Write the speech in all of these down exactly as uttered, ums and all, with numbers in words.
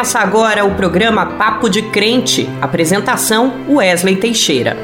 Começa agora o programa Papo de Crente. Apresentação: Wesley Teixeira.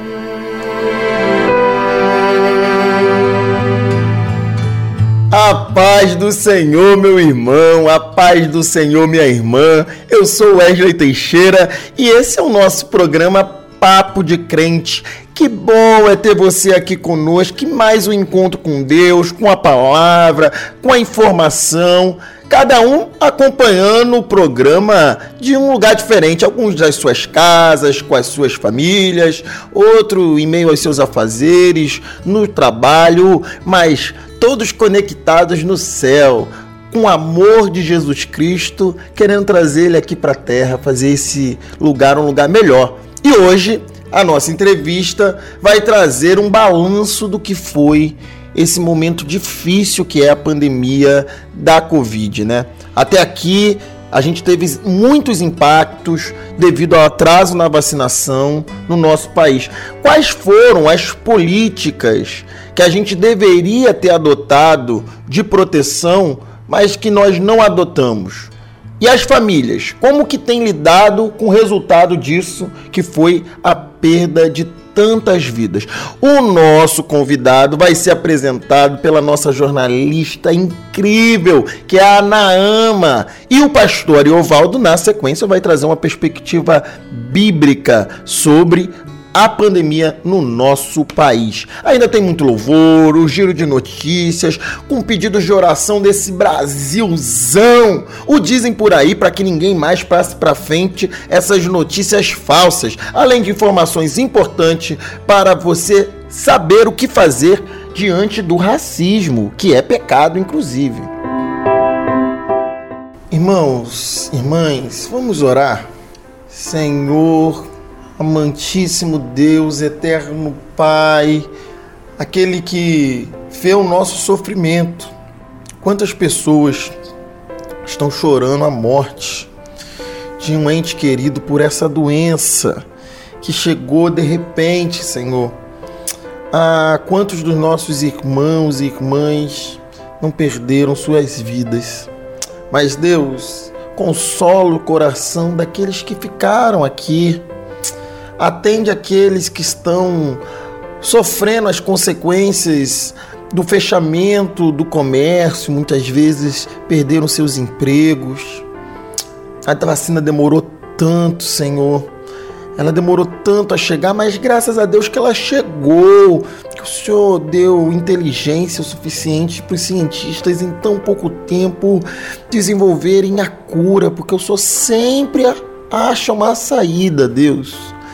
A paz do Senhor, meu irmão, a paz do Senhor, minha irmã. Eu sou Wesley Teixeira e esse é o nosso programa Papo de Crente. Que bom é ter você aqui conosco, que mais um encontro com Deus, com a palavra, com a informação, cada um acompanhando o programa de um lugar diferente, alguns das suas casas, com as suas famílias, outro em meio aos seus afazeres, no trabalho, mas todos conectados no céu, com o amor de Jesus Cristo, querendo trazer ele aqui para a terra, fazer esse lugar um lugar melhor. E hoje a nossa entrevista vai trazer um balanço do que foi esse momento difícil que é a pandemia da Covid, né? Até aqui a gente teve muitos impactos devido ao atraso na vacinação no nosso país. Quais foram as políticas que a gente deveria ter adotado de proteção, mas que nós não adotamos? E as famílias, como que têm lidado com o resultado disso, que foi a perda de tantas vidas? O nosso convidado vai ser apresentado pela nossa jornalista incrível, que é a Naama. E o pastor Ariovaldo, na sequência, vai trazer uma perspectiva bíblica sobre a pandemia no nosso país. Ainda tem muito louvor, o giro de notícias, com pedidos de oração desse Brasilzão. O dizem por aí para que ninguém mais passe para frente essas notícias falsas, além de informações importantes para você saber o que fazer diante do racismo, que é pecado, inclusive. Irmãos, irmãs, vamos orar? Senhor, amantíssimo Deus, eterno Pai, aquele que vê o nosso sofrimento. Quantas pessoas estão chorando a morte de um ente querido por essa doença que chegou de repente, Senhor. Ah, quantos dos nossos irmãos e irmãs não perderam suas vidas. Mas Deus, consola o coração daqueles que ficaram aqui. Atende aqueles que estão sofrendo as consequências do fechamento do comércio, muitas vezes perderam seus empregos. A vacina demorou tanto, Senhor. Ela demorou tanto a chegar, mas graças a Deus que ela chegou. Que o Senhor deu inteligência o suficiente para os cientistas em tão pouco tempo desenvolverem a cura, porque o Senhor sempre acha uma saída, Deus.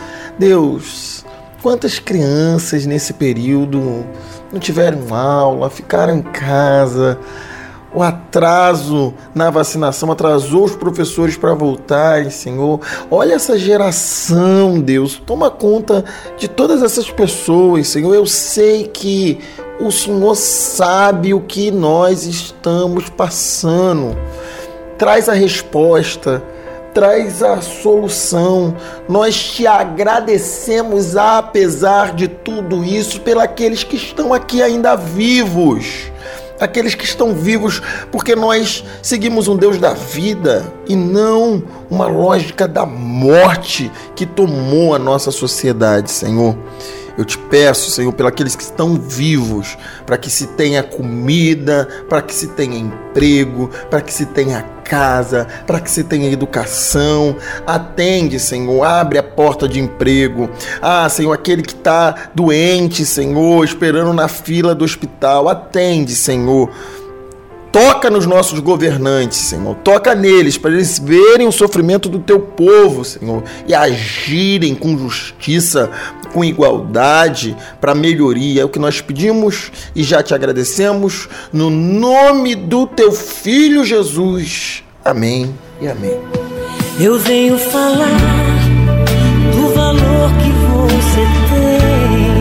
Deus, quantas crianças nesse período não tiveram aula, ficaram em casa, o atraso na vacinação atrasou os professores para voltarem, Senhor. Olha essa geração, Deus, toma conta de todas essas pessoas, Senhor. Eu sei que o Senhor sabe o que nós estamos passando. Traz a resposta. Traz a solução. Nós te agradecemos, apesar de tudo isso, pelos que estão aqui ainda vivos. Aqueles que estão vivos porque nós seguimos um Deus da vida e não uma lógica da morte que tomou a nossa sociedade, Senhor. Eu te peço, Senhor, pelos aqueles que estão vivos, para que se tenha comida, para que se tenha emprego, para que se tenha casa, para que se tenha educação. Atende, Senhor, abre a porta de emprego. Ah, Senhor, aquele que está doente, Senhor, esperando na fila do hospital, atende, Senhor. Toca nos nossos governantes, Senhor. Toca neles, para eles verem o sofrimento do teu povo, Senhor, e agirem com justiça, com igualdade, para melhoria. É o que nós pedimos e já te agradecemos, no nome do teu Filho Jesus. Amém e amém. Eu venho falar do valor que você tem.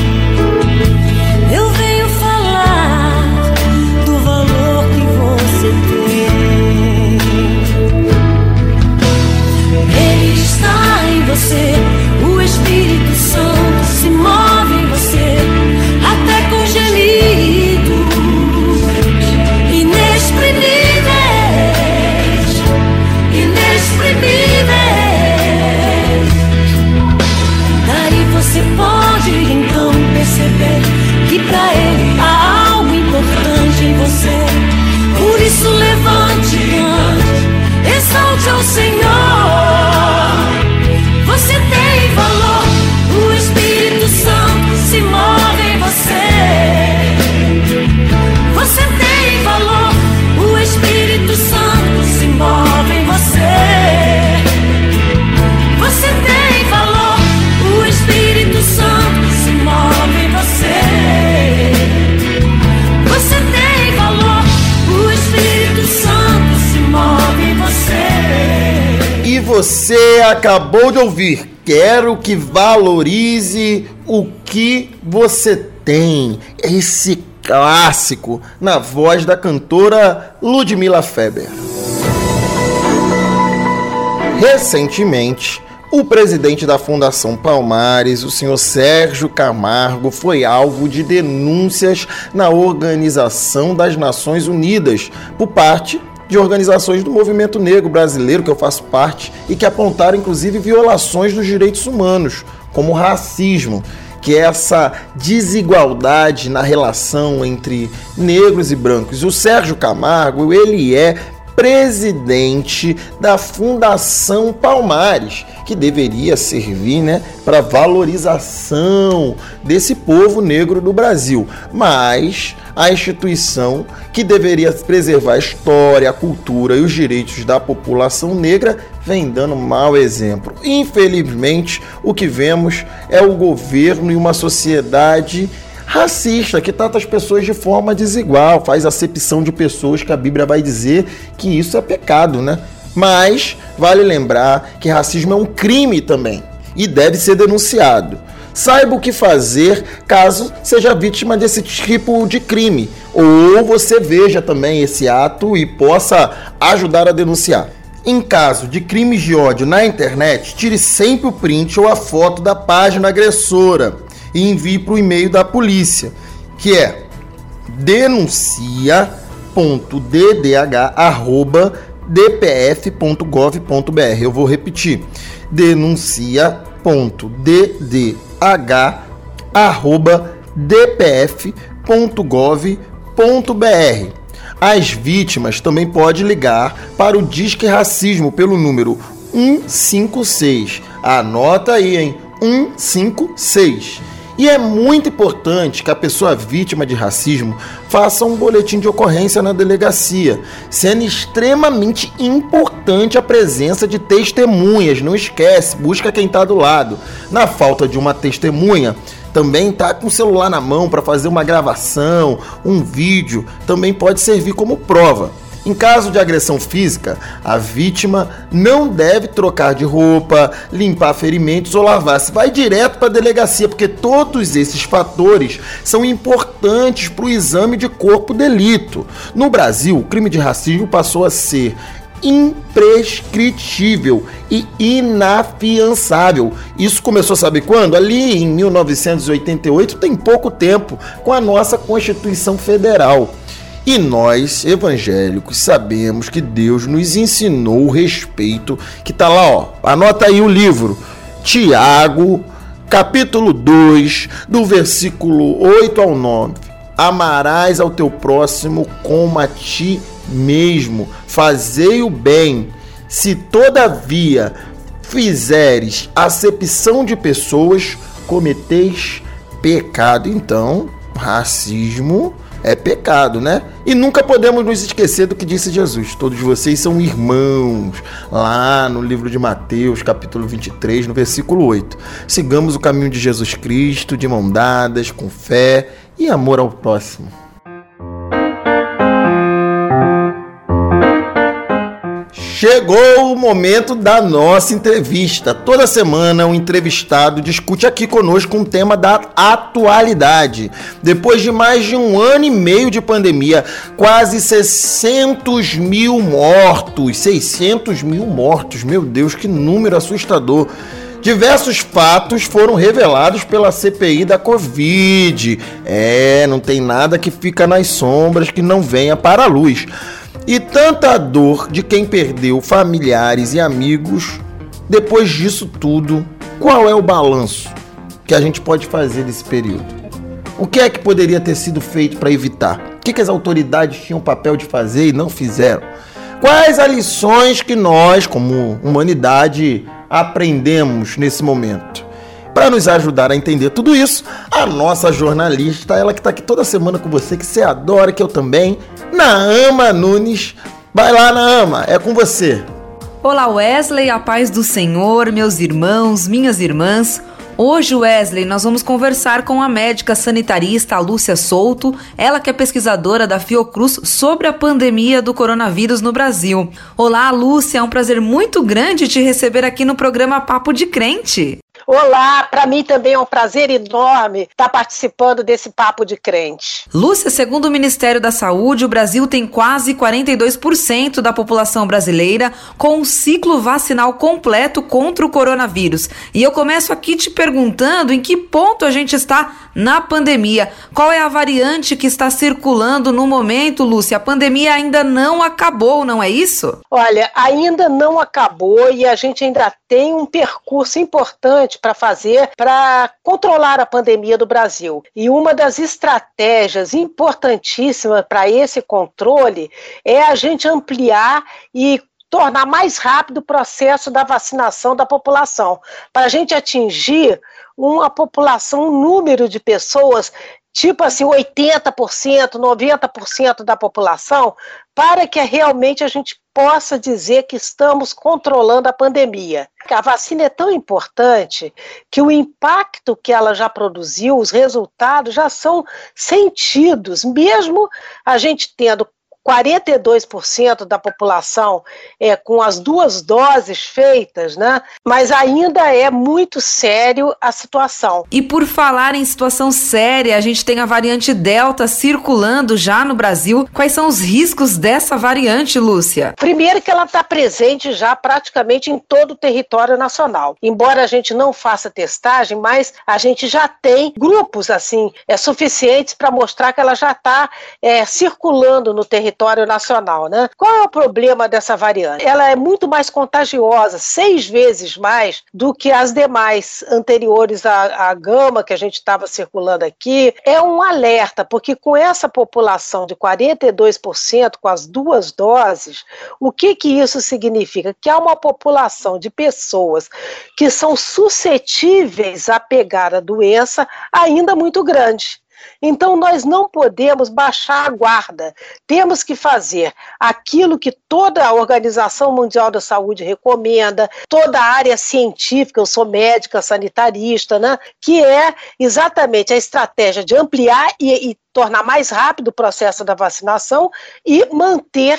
Eu venho falar do valor que você tem. Ele está em você, o Espírito Santo se move em você, até com gemidos inexprimíveis, inexprimíveis. Santo se move em você. Você tem valor, o Espírito Santo se move em você. Você tem valor, o Espírito Santo se move em você. E você acabou de ouvir. Quero que valorize o que você tem. Esse clássico na voz da cantora Ludmilla Feber. Recentemente, o presidente da Fundação Palmares, o senhor Sérgio Camargo, foi alvo de denúncias na Organização das Nações Unidas por parte de organizações do movimento negro brasileiro, que eu faço parte, e que apontaram inclusive violações dos direitos humanos, como racismo, que é essa desigualdade na relação entre negros e brancos. O Sérgio Camargo, ele é presidente da Fundação Palmares, que deveria servir, né, para valorização desse povo negro do Brasil. Mas a instituição que deveria preservar a história, a cultura e os direitos da população negra vem dando mau exemplo. Infelizmente, o que vemos é o governo e uma sociedade racista, que trata as pessoas de forma desigual, faz acepção de pessoas, que a Bíblia vai dizer que isso é pecado, né? Mas vale lembrar que racismo é um crime também e deve ser denunciado. Saiba o que fazer caso seja vítima desse tipo de crime, ou você veja também esse ato e possa ajudar a denunciar. Em caso de crimes de ódio na internet, tire sempre o print ou a foto da página agressora e envie para o e-mail da polícia, que é denuncia ponto d d h arroba d p f ponto gov ponto b r. Eu vou repetir, denuncia ponto d d h arroba d p f ponto gov ponto b r. As vítimas também podem ligar para o Disque Racismo pelo número um cinco seis. Anota aí, hein? um cinco seis. E é muito importante que a pessoa vítima de racismo faça um boletim de ocorrência na delegacia, sendo extremamente importante a presença de testemunhas. Não esquece, busca quem está do lado. Na falta de uma testemunha, também está com o celular na mão para fazer uma gravação, um vídeo, também pode servir como prova. Em caso de agressão física, a vítima não deve trocar de roupa, limpar ferimentos ou lavar-se. Vai direto para a delegacia, porque todos esses fatores são importantes para o exame de corpo de delito. No Brasil, o crime de racismo passou a ser imprescritível e inafiançável. Isso começou, sabe quando? Ali em mil novecentos e oitenta e oito, tem pouco tempo, com a nossa Constituição Federal. E nós, evangélicos, sabemos que Deus nos ensinou o respeito, que está lá, ó, anota aí o livro, Tiago, capítulo dois, do versículo oito ao nove. Amarás ao teu próximo como a ti mesmo, fazei o bem. Se todavia fizeres acepção de pessoas, cometeis pecado. Então, racismo é pecado, né? E nunca podemos nos esquecer do que disse Jesus. Todos vocês são irmãos. Lá no livro de Mateus, capítulo vinte e três, no versículo oito. Sigamos o caminho de Jesus Cristo, de mão dadas, com fé e amor ao próximo. Chegou o momento da nossa entrevista. Toda semana um entrevistado discute aqui conosco um tema da atualidade. Depois de mais de um ano e meio de pandemia, quase seiscentos mil mortos. seiscentos mil mortos, meu Deus, que número assustador. Diversos fatos foram revelados pela C P I da Covid. É, não tem nada que fica nas sombras que não venha para a luz. E tanta dor de quem perdeu familiares e amigos. Depois disso tudo, qual é o balanço que a gente pode fazer desse período? O que é que poderia ter sido feito para evitar? O que, que as autoridades tinham o papel de fazer e não fizeram? Quais as lições que nós, como humanidade, aprendemos nesse momento? Para nos ajudar a entender tudo isso, a nossa jornalista, ela que está aqui toda semana com você, que você adora, que eu também, Naama Nunes. Vai lá, Naama, é com você. Olá, Wesley, a paz do Senhor, meus irmãos, minhas irmãs. Hoje, Wesley, nós vamos conversar com a médica sanitarista Lúcia Souto, ela que é pesquisadora da Fiocruz sobre a pandemia do coronavírus no Brasil. Olá, Lúcia, é um prazer muito grande te receber aqui no programa Papo de Crente. Olá, para mim também é um prazer enorme estar participando desse Papo de Crente. Lúcia, segundo o Ministério da Saúde, o Brasil tem quase quarenta e dois por cento da população brasileira com um ciclo vacinal completo contra o coronavírus. E eu começo aqui te perguntando em que ponto a gente está na pandemia. Qual é a variante que está circulando no momento, Lúcia? A pandemia ainda não acabou, não é isso? Olha, ainda não acabou e a gente ainda tem um percurso importante para fazer para controlar a pandemia do Brasil. E uma das estratégias importantíssimas para esse controle é a gente ampliar e tornar mais rápido o processo da vacinação da população, para a gente atingir uma população, um número de pessoas, tipo assim, oitenta por cento, noventa por cento da população, para que realmente a gente possa dizer que estamos controlando a pandemia. A vacina é tão importante que o impacto que ela já produziu, os resultados já são sentidos, mesmo a gente tendo quarenta e dois por cento da população é, com as duas doses feitas, né? Mas ainda é muito sério a situação. E por falar em situação séria, a gente tem a variante Delta circulando já no Brasil. Quais são os riscos dessa variante, Lúcia? Primeiro que ela está presente já praticamente em todo o território nacional. Embora a gente não faça testagem, mas a gente já tem grupos assim, é, suficientes para mostrar que ela já está é, circulando no território território nacional, né? Qual é o problema dessa variante? Ela é muito mais contagiosa, seis vezes mais do que as demais anteriores à, à gama que a gente estava circulando aqui. É um alerta, porque com essa população de quarenta e dois por cento com as duas doses, o que que isso significa? Que há uma população de pessoas que são suscetíveis a pegar a doença ainda muito grande. Então, nós não podemos baixar a guarda, temos que fazer aquilo que toda a Organização Mundial da Saúde recomenda, toda a área científica, eu sou médica sanitarista, né, que é exatamente a estratégia de ampliar e, e tornar mais rápido o processo da vacinação e manter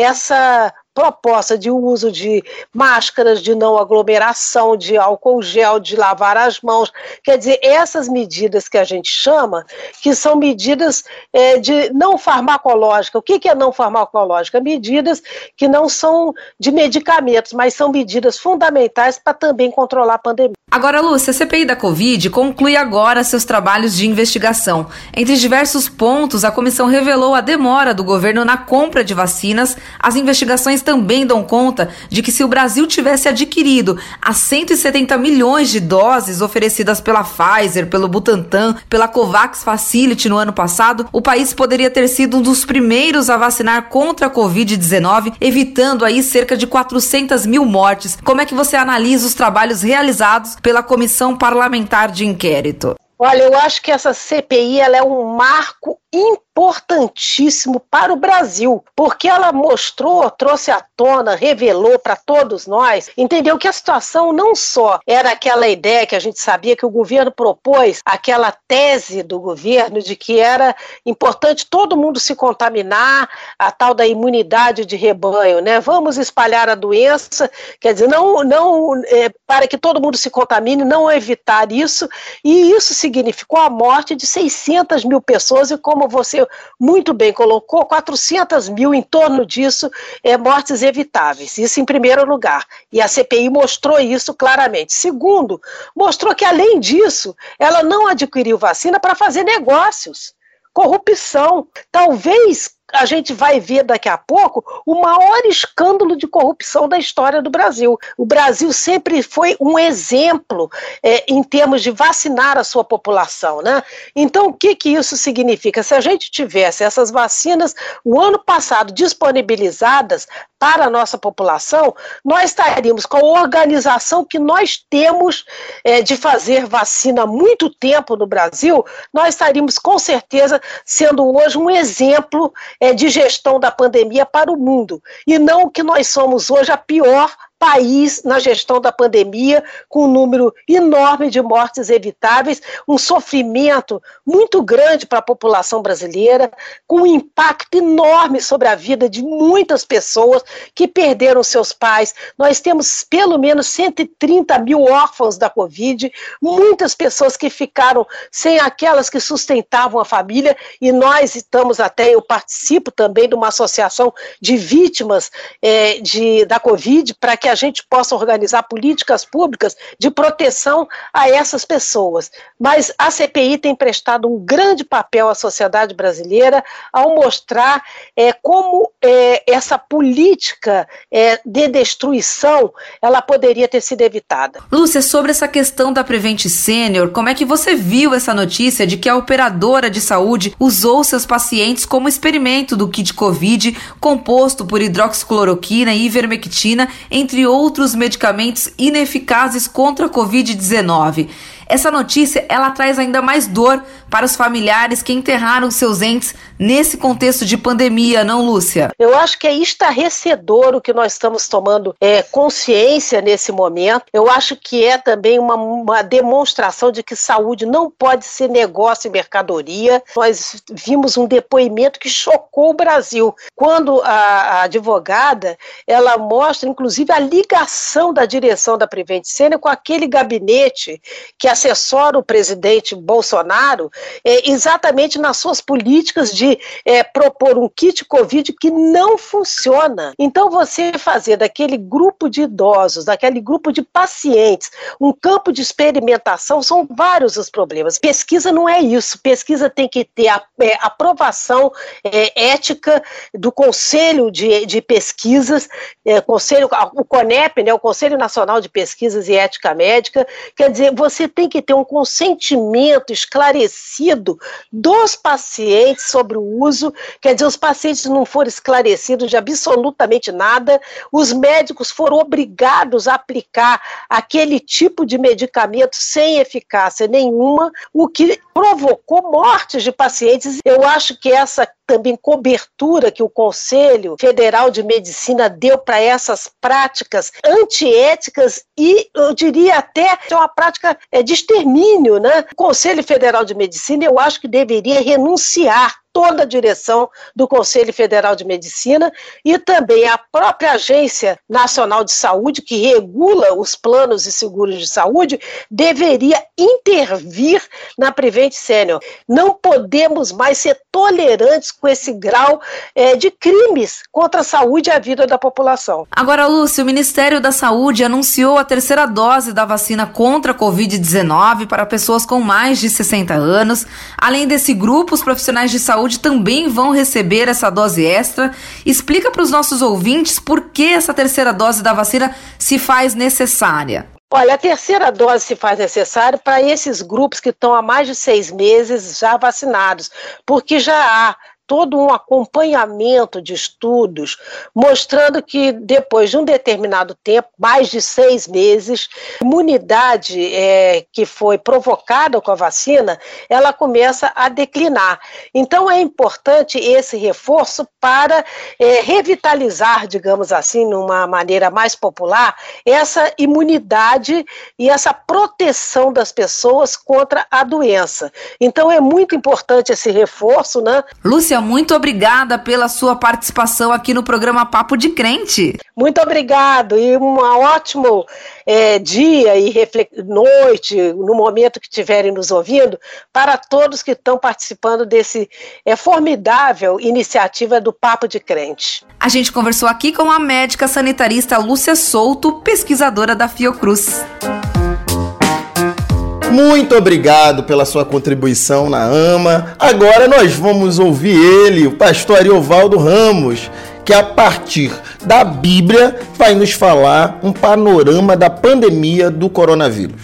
essa proposta de uso de máscaras, de não aglomeração, de álcool gel, de lavar as mãos. Quer dizer, essas medidas que a gente chama, que são medidas é, de não farmacológica. O que, que é não farmacológica? Medidas que não são de medicamentos, mas são medidas fundamentais para também controlar a pandemia. Agora, Lúcia, a C P I da Covid conclui agora seus trabalhos de investigação. Entre diversos pontos, a comissão revelou a demora do governo na compra de vacinas. As investigações também dão conta de que se o Brasil tivesse adquirido as cento e setenta milhões de doses oferecidas pela Pfizer, pelo Butantan, pela Covax Facility no ano passado, o país poderia ter sido um dos primeiros a vacinar contra a covid dezenove, evitando aí cerca de quatrocentas mil mortes. Como é que você analisa os trabalhos realizados pela Comissão Parlamentar de Inquérito? Olha, eu acho que essa C P I ela é um marco importantíssimo para o Brasil, porque ela mostrou, trouxe à tona, revelou para todos nós, entendeu, que a situação não só era aquela ideia que a gente sabia que o governo propôs, aquela tese do governo de que era importante todo mundo se contaminar, a tal da imunidade de rebanho, né? Vamos espalhar a doença, quer dizer, não, não é, para que todo mundo se contamine, não evitar isso, e isso significou a morte de seiscentas mil pessoas e, como você muito bem colocou, quatrocentas mil em torno disso, é, mortes evitáveis. Isso em primeiro lugar. E a C P I mostrou isso claramente. Segundo, mostrou que, além disso, ela não adquiriu vacina para fazer negócios. Corrupção. Talvez a gente vai ver daqui a pouco o maior escândalo de corrupção da história do Brasil. O Brasil sempre foi um exemplo é, em termos de vacinar a sua população, né? Então, o que que isso significa? Se a gente tivesse essas vacinas o ano passado disponibilizadas para a nossa população, nós estaríamos com a organização que nós temos é, de fazer vacina há muito tempo no Brasil, nós estaríamos com certeza sendo hoje um exemplo é, de gestão da pandemia para o mundo, e não o que nós somos hoje, a pior país na gestão da pandemia, com um número enorme de mortes evitáveis, um sofrimento muito grande para a população brasileira, com um impacto enorme sobre a vida de muitas pessoas que perderam seus pais. Nós temos pelo menos cento e trinta mil órfãos da Covid, muitas pessoas que ficaram sem aquelas que sustentavam a família, e nós estamos até, eu participo também de uma associação de vítimas é, de, da Covid, para que a gente possa organizar políticas públicas de proteção a essas pessoas. Mas a C P I tem prestado um grande papel à sociedade brasileira ao mostrar é, como é, essa política é, de destruição, ela poderia ter sido evitada. Lúcia, sobre essa questão da Prevent Senior, como é que você viu essa notícia de que a operadora de saúde usou seus pacientes como experimento do kit Covid, composto por hidroxicloroquina e ivermectina, entre outros medicamentos ineficazes contra a covid dezenove. Essa notícia, ela traz ainda mais dor para os familiares que enterraram seus entes nesse contexto de pandemia, não, Lúcia? Eu acho que é estarrecedor o que nós estamos tomando é, consciência nesse momento. Eu acho que é também uma, uma demonstração de que saúde não pode ser negócio e mercadoria. Nós vimos um depoimento que chocou o Brasil, quando a, a advogada, ela mostra, inclusive, a ligação da direção da Prevent Senior com aquele gabinete que assessora o presidente Bolsonaro, é, exatamente nas suas políticas de é, propor um kit Covid que não funciona. Então, você fazer daquele grupo de idosos, daquele grupo de pacientes, um campo de experimentação, são vários os problemas. Pesquisa não é isso. Pesquisa tem que ter a é, aprovação é, ética do Conselho de, de Pesquisas, é, Conselho, o CONEP, né, o Conselho Nacional de Pesquisas e Ética Médica. Quer dizer, você tem que ter um consentimento esclarecido dos pacientes sobre o uso. Quer dizer, os pacientes não foram esclarecidos de absolutamente nada, os médicos foram obrigados a aplicar aquele tipo de medicamento sem eficácia nenhuma, o que provocou mortes de pacientes. Eu acho que essa também cobertura que o Conselho Federal de Medicina deu para essas práticas antiéticas e, eu diria até, é uma prática de extermínio, né? O Conselho Federal de Medicina, eu acho que deveria renunciar toda a direção do Conselho Federal de Medicina e também a própria Agência Nacional de Saúde, que regula os planos e seguros de saúde, deveria intervir na Prevent Senior. Não podemos mais ser tolerantes com esse grau é, de crimes contra a saúde e a vida da população. Agora, Lúcia, o Ministério da Saúde anunciou a terceira dose da vacina contra a covid dezenove para pessoas com mais de sessenta anos. Além desse grupo, os profissionais de saúde também vão receber essa dose extra. Explica para os nossos ouvintes por que essa terceira dose da vacina se faz necessária. Olha, a terceira dose se faz necessária para esses grupos que estão há mais de seis meses já vacinados, porque já há todo um acompanhamento de estudos mostrando que depois de um determinado tempo, mais de seis meses, a imunidade é, que foi provocada com a vacina, ela começa a declinar. Então é importante esse reforço para é, revitalizar, digamos assim, numa maneira mais popular, essa imunidade e essa proteção das pessoas contra a doença. Então é muito importante esse reforço, né? Lúcia, muito obrigada pela sua participação aqui no programa Papo de Crente. Muito obrigado e um ótimo é, dia e refle- noite, no momento que estiverem nos ouvindo, para todos que estão participando desse é, formidável iniciativa do Papo de Crente. A gente conversou aqui com a médica sanitarista Lúcia Souto, pesquisadora da Fiocruz. Muito obrigado pela sua contribuição na AMA. Agora nós vamos ouvir ele, o pastor Ariovaldo Ramos, que a partir da Bíblia vai nos falar um panorama da pandemia do coronavírus.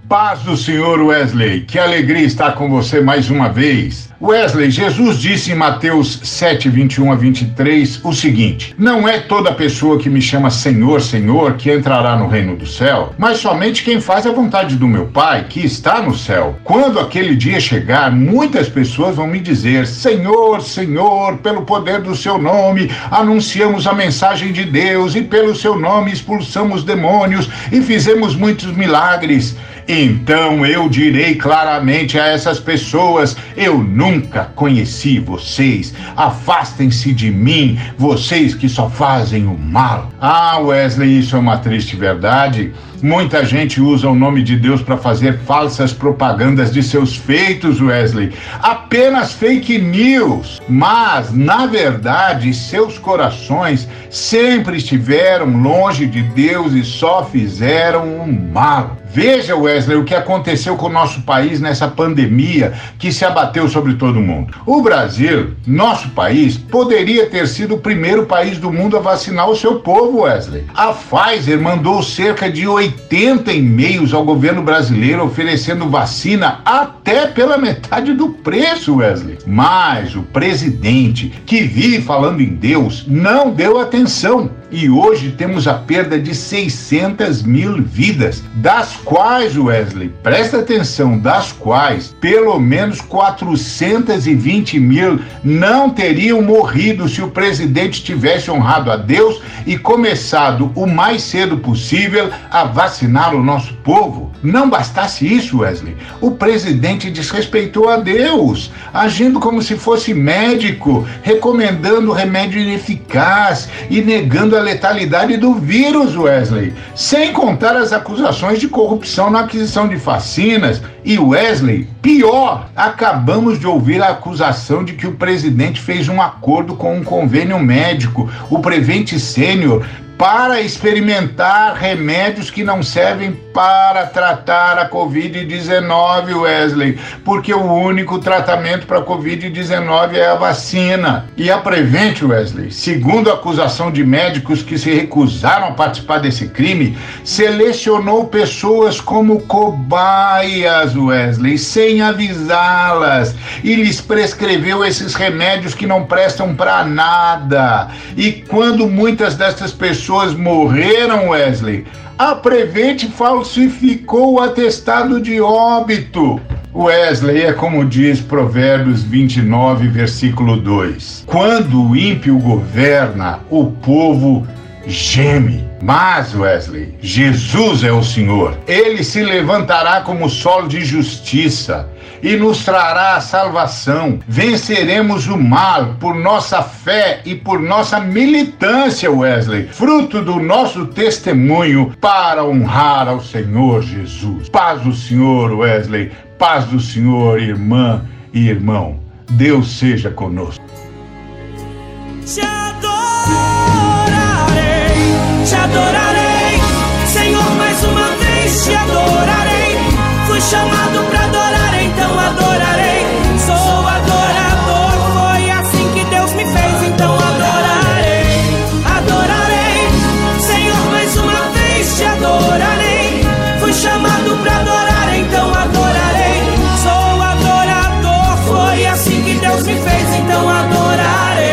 Paz do Senhor, Wesley. Que alegria estar com você mais uma vez. Wesley, Jesus disse em Mateus sete, vinte e um a vinte e três o seguinte: não é toda pessoa que me chama Senhor, Senhor, que entrará no reino do céu, mas somente quem faz a vontade do meu Pai, que está no céu. Quando aquele dia chegar, muitas pessoas vão me dizer: Senhor, Senhor, pelo poder do seu nome, anunciamos a mensagem de Deus, e pelo seu nome expulsamos demônios, e fizemos muitos milagres. Então eu direi claramente a essas pessoas: eu nunca conheci vocês, afastem-se de mim, vocês que só fazem o mal. Ah, Wesley, isso é uma triste verdade. Muita gente usa o nome de Deus para fazer falsas propagandas de seus feitos, Wesley. Apenas fake news. Mas, na verdade, seus corações sempre estiveram longe de Deus e só fizeram o mal. Veja, Wesley, o que aconteceu com o nosso país nessa pandemia que se abateu sobre todo mundo. O Brasil, nosso país, poderia ter sido o primeiro país do mundo a vacinar o seu povo, Wesley. A Pfizer mandou cerca de oitenta e-mails ao governo brasileiro oferecendo vacina até pela metade do preço, Wesley. Mas o presidente, que vive falando em Deus, não deu atenção. E hoje temos a perda de seiscentas mil vidas, das quais, Wesley, presta atenção, das quais pelo menos quatrocentas e vinte mil não teriam morrido se o presidente tivesse honrado a Deus e começado o mais cedo possível a vacinar o nosso povo. Não bastasse isso, Wesley, o presidente desrespeitou a Deus, agindo como se fosse médico, recomendando remédio ineficaz e negando a letalidade do vírus, Wesley, sem contar as acusações de corrupção na aquisição de vacinas. E, Wesley, pior, acabamos de ouvir a acusação de que o presidente fez um acordo com um convênio médico, o Prevent Senior, para experimentar remédios que não servem para tratar a covid dezenove, Wesley, porque o único tratamento para a covid dezenove é a vacina. E a Prevent, Wesley, segundo a acusação de médicos que se recusaram a participar desse crime, selecionou pessoas como cobaias, Wesley, sem avisá-las, e lhes prescreveu esses remédios que não prestam para nada. E quando muitas dessas pessoas morreram, Wesley, a Prevent falsificou o atestado de óbito. Wesley, é como diz Provérbios vinte e nove, versículo dois. Quando o ímpio governa, o povo geme. Mas, Wesley, Jesus é o Senhor. Ele se levantará como sol de justiça e nos trará a salvação. Venceremos o mal por nossa fé e por nossa militância, Wesley, fruto do nosso testemunho para honrar ao Senhor Jesus. Paz do Senhor, Wesley. Paz do Senhor, irmã e irmão. Deus seja conosco. Te adorarei, te adorarei, Senhor, mais uma vez te adorarei. Fui chamado pra adorar, então adorarei. Sou adorador, foi assim que Deus me fez, então adorarei. Adorarei, Senhor, mais uma vez te adorarei. Fui chamado pra adorar, então adorarei. Sou adorador, foi assim que Deus me fez, então adorarei.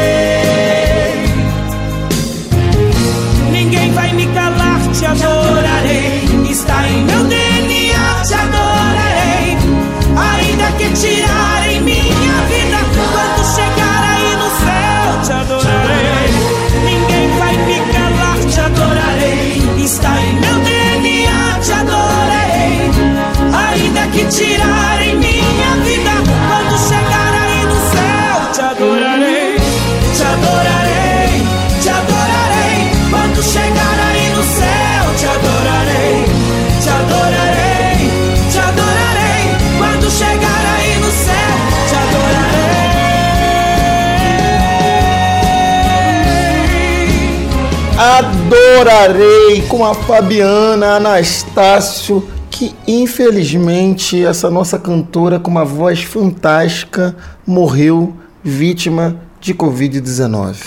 Ninguém vai me calar, te adorarei. Está em meu D N A, te adorarei. Ainda que tirarem minha vida, quando chegar aí no céu, te adorarei. Ninguém vai me calar, te adorarei. Está em meu D N A, te adorarei. Ainda que tirarem minha vida, quando chegar aí no céu, te adorarei. Te adorarei, te adorarei. Quando chegar aí no céu, te adorarei. Te adorarei, te adorarei. Quando chegar aí no céu, te Adorarei, com a Fabiana Anastácio, que infelizmente essa nossa cantora com uma voz fantástica morreu vítima de covid dezenove.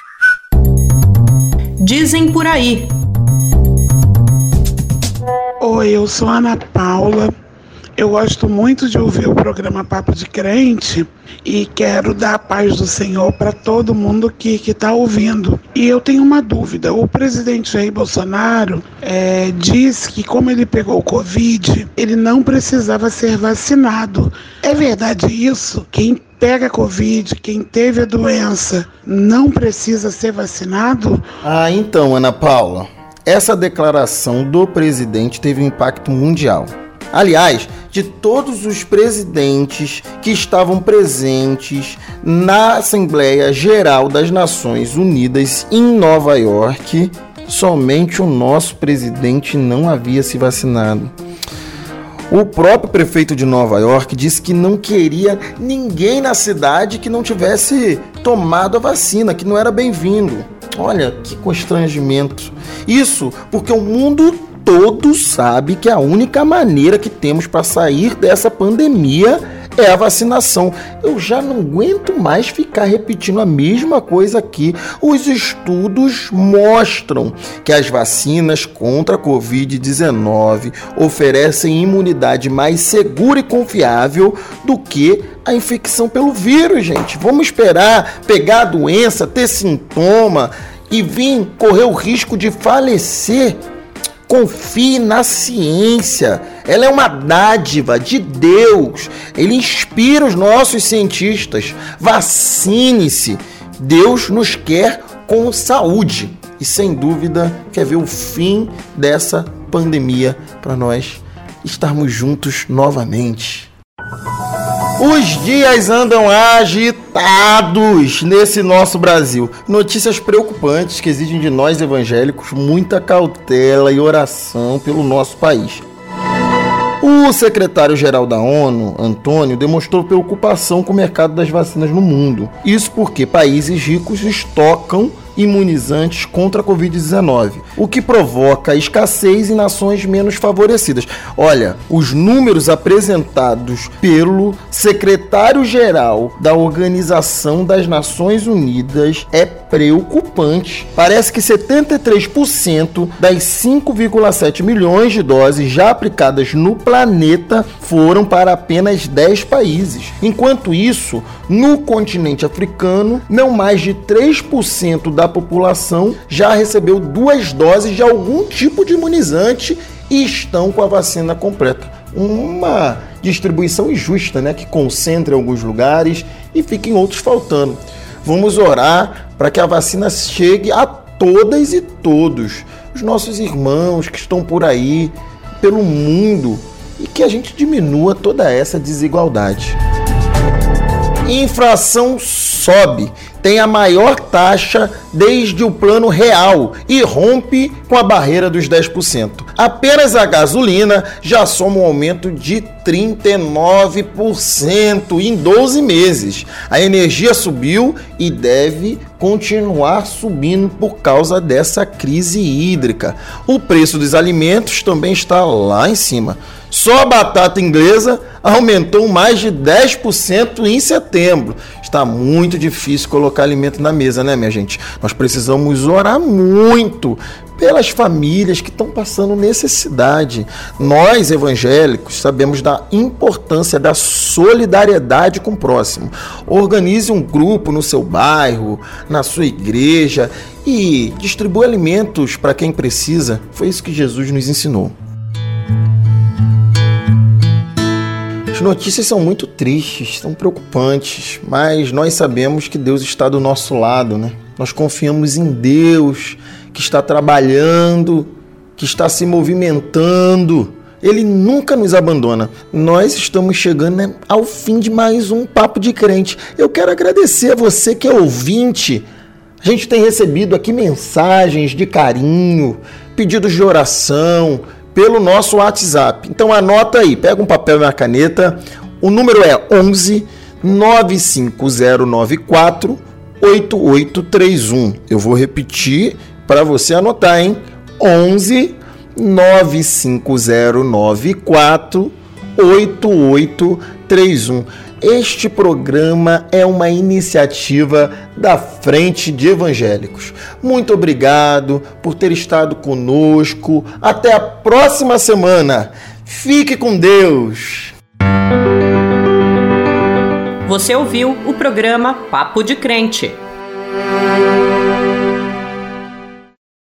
Dizem por aí. Oi, eu sou Ana Paula. Eu gosto muito de ouvir o programa Papo de Crente e quero dar a paz do Senhor para todo mundo que está ouvindo. E eu tenho uma dúvida. O presidente Jair Bolsonaro é, disse que como ele pegou o Covid, ele não precisava ser vacinado. É verdade isso? Quem pega Covid, quem teve a doença, não precisa ser vacinado? Ah, então, Ana Paula, essa declaração do presidente teve um impacto mundial. Aliás, de todos os presidentes que estavam presentes na Assembleia Geral das Nações Unidas em Nova York, somente o nosso presidente não havia se vacinado. O próprio prefeito de Nova York disse que não queria ninguém na cidade que não tivesse tomado a vacina, que não era bem-vindo. Olha, que constrangimento. Isso porque o mundo todo sabe que a única maneira que temos para sair dessa pandemia é a vacinação. Eu já não aguento mais ficar repetindo a mesma coisa aqui. Os estudos mostram que as vacinas contra a covid dezenove oferecem imunidade mais segura e confiável do que a infecção pelo vírus, gente. Vamos esperar pegar a doença, ter sintoma e vir correr o risco de falecer? Confie na ciência, ela é uma dádiva de Deus, Ele inspira os nossos cientistas. Vacine-se, Deus nos quer com saúde e sem dúvida quer ver o fim dessa pandemia para nós estarmos juntos novamente. Os dias andam agitados nesse nosso Brasil. Notícias preocupantes que exigem de nós evangélicos muita cautela e oração pelo nosso país. O secretário-geral da ONU, Antônio, demonstrou preocupação com o mercado das vacinas no mundo. Isso porque países ricos estocam imunizantes contra a covid dezenove, o que provoca escassez em nações menos favorecidas. Olha, os números apresentados pelo secretário-geral da Organização das Nações Unidas é preocupante. Parece que setenta e três por cento das cinco vírgula sete milhões de doses já aplicadas no planeta foram para apenas dez países. Enquanto isso, no continente africano, não mais de três por cento da população já recebeu duas doses de algum tipo de imunizante e estão com a vacina completa. Uma distribuição injusta, né, que concentra em alguns lugares e fica em outros faltando. Vamos orar para que a vacina chegue a todas e todos, os nossos irmãos que estão por aí, pelo mundo, e que a gente diminua toda essa desigualdade. Inflação sobe, tem a maior taxa desde o Plano Real e rompe com a barreira dos dez por cento. Apenas a gasolina já soma um aumento de trinta e nove por cento em doze meses. A energia subiu e deve continuar subindo por causa dessa crise hídrica. O preço dos alimentos também está lá em cima. Só a batata inglesa aumentou mais de dez por cento em setembro. Está muito difícil colocar alimento na mesa, né, minha gente? Nós precisamos orar muito pelas famílias que estão passando necessidade. Nós, evangélicos, sabemos da importância da solidariedade com o próximo. Organize um grupo no seu bairro, na sua igreja e distribua alimentos para quem precisa. Foi isso que Jesus nos ensinou. As notícias são muito tristes, são preocupantes, mas nós sabemos que Deus está do nosso lado, né? Nós confiamos em Deus, que está trabalhando, que está se movimentando. Ele nunca nos abandona. Nós estamos chegando, né, ao fim de mais um Papo de Crente. Eu quero agradecer a você que é ouvinte. A gente tem recebido aqui mensagens de carinho, pedidos de oração pelo nosso WhatsApp. Então anota aí, pega um papel e uma caneta. O número é onze nove cinco zero nove quatro oito oito três um. Eu vou repetir para você anotar, hein? onze nove cinco zero nove quatro oito oito três um. Este programa é uma iniciativa da Frente de Evangélicos. Muito obrigado por ter estado conosco. Até a próxima semana. Fique com Deus. Você ouviu o programa Papo de Crente.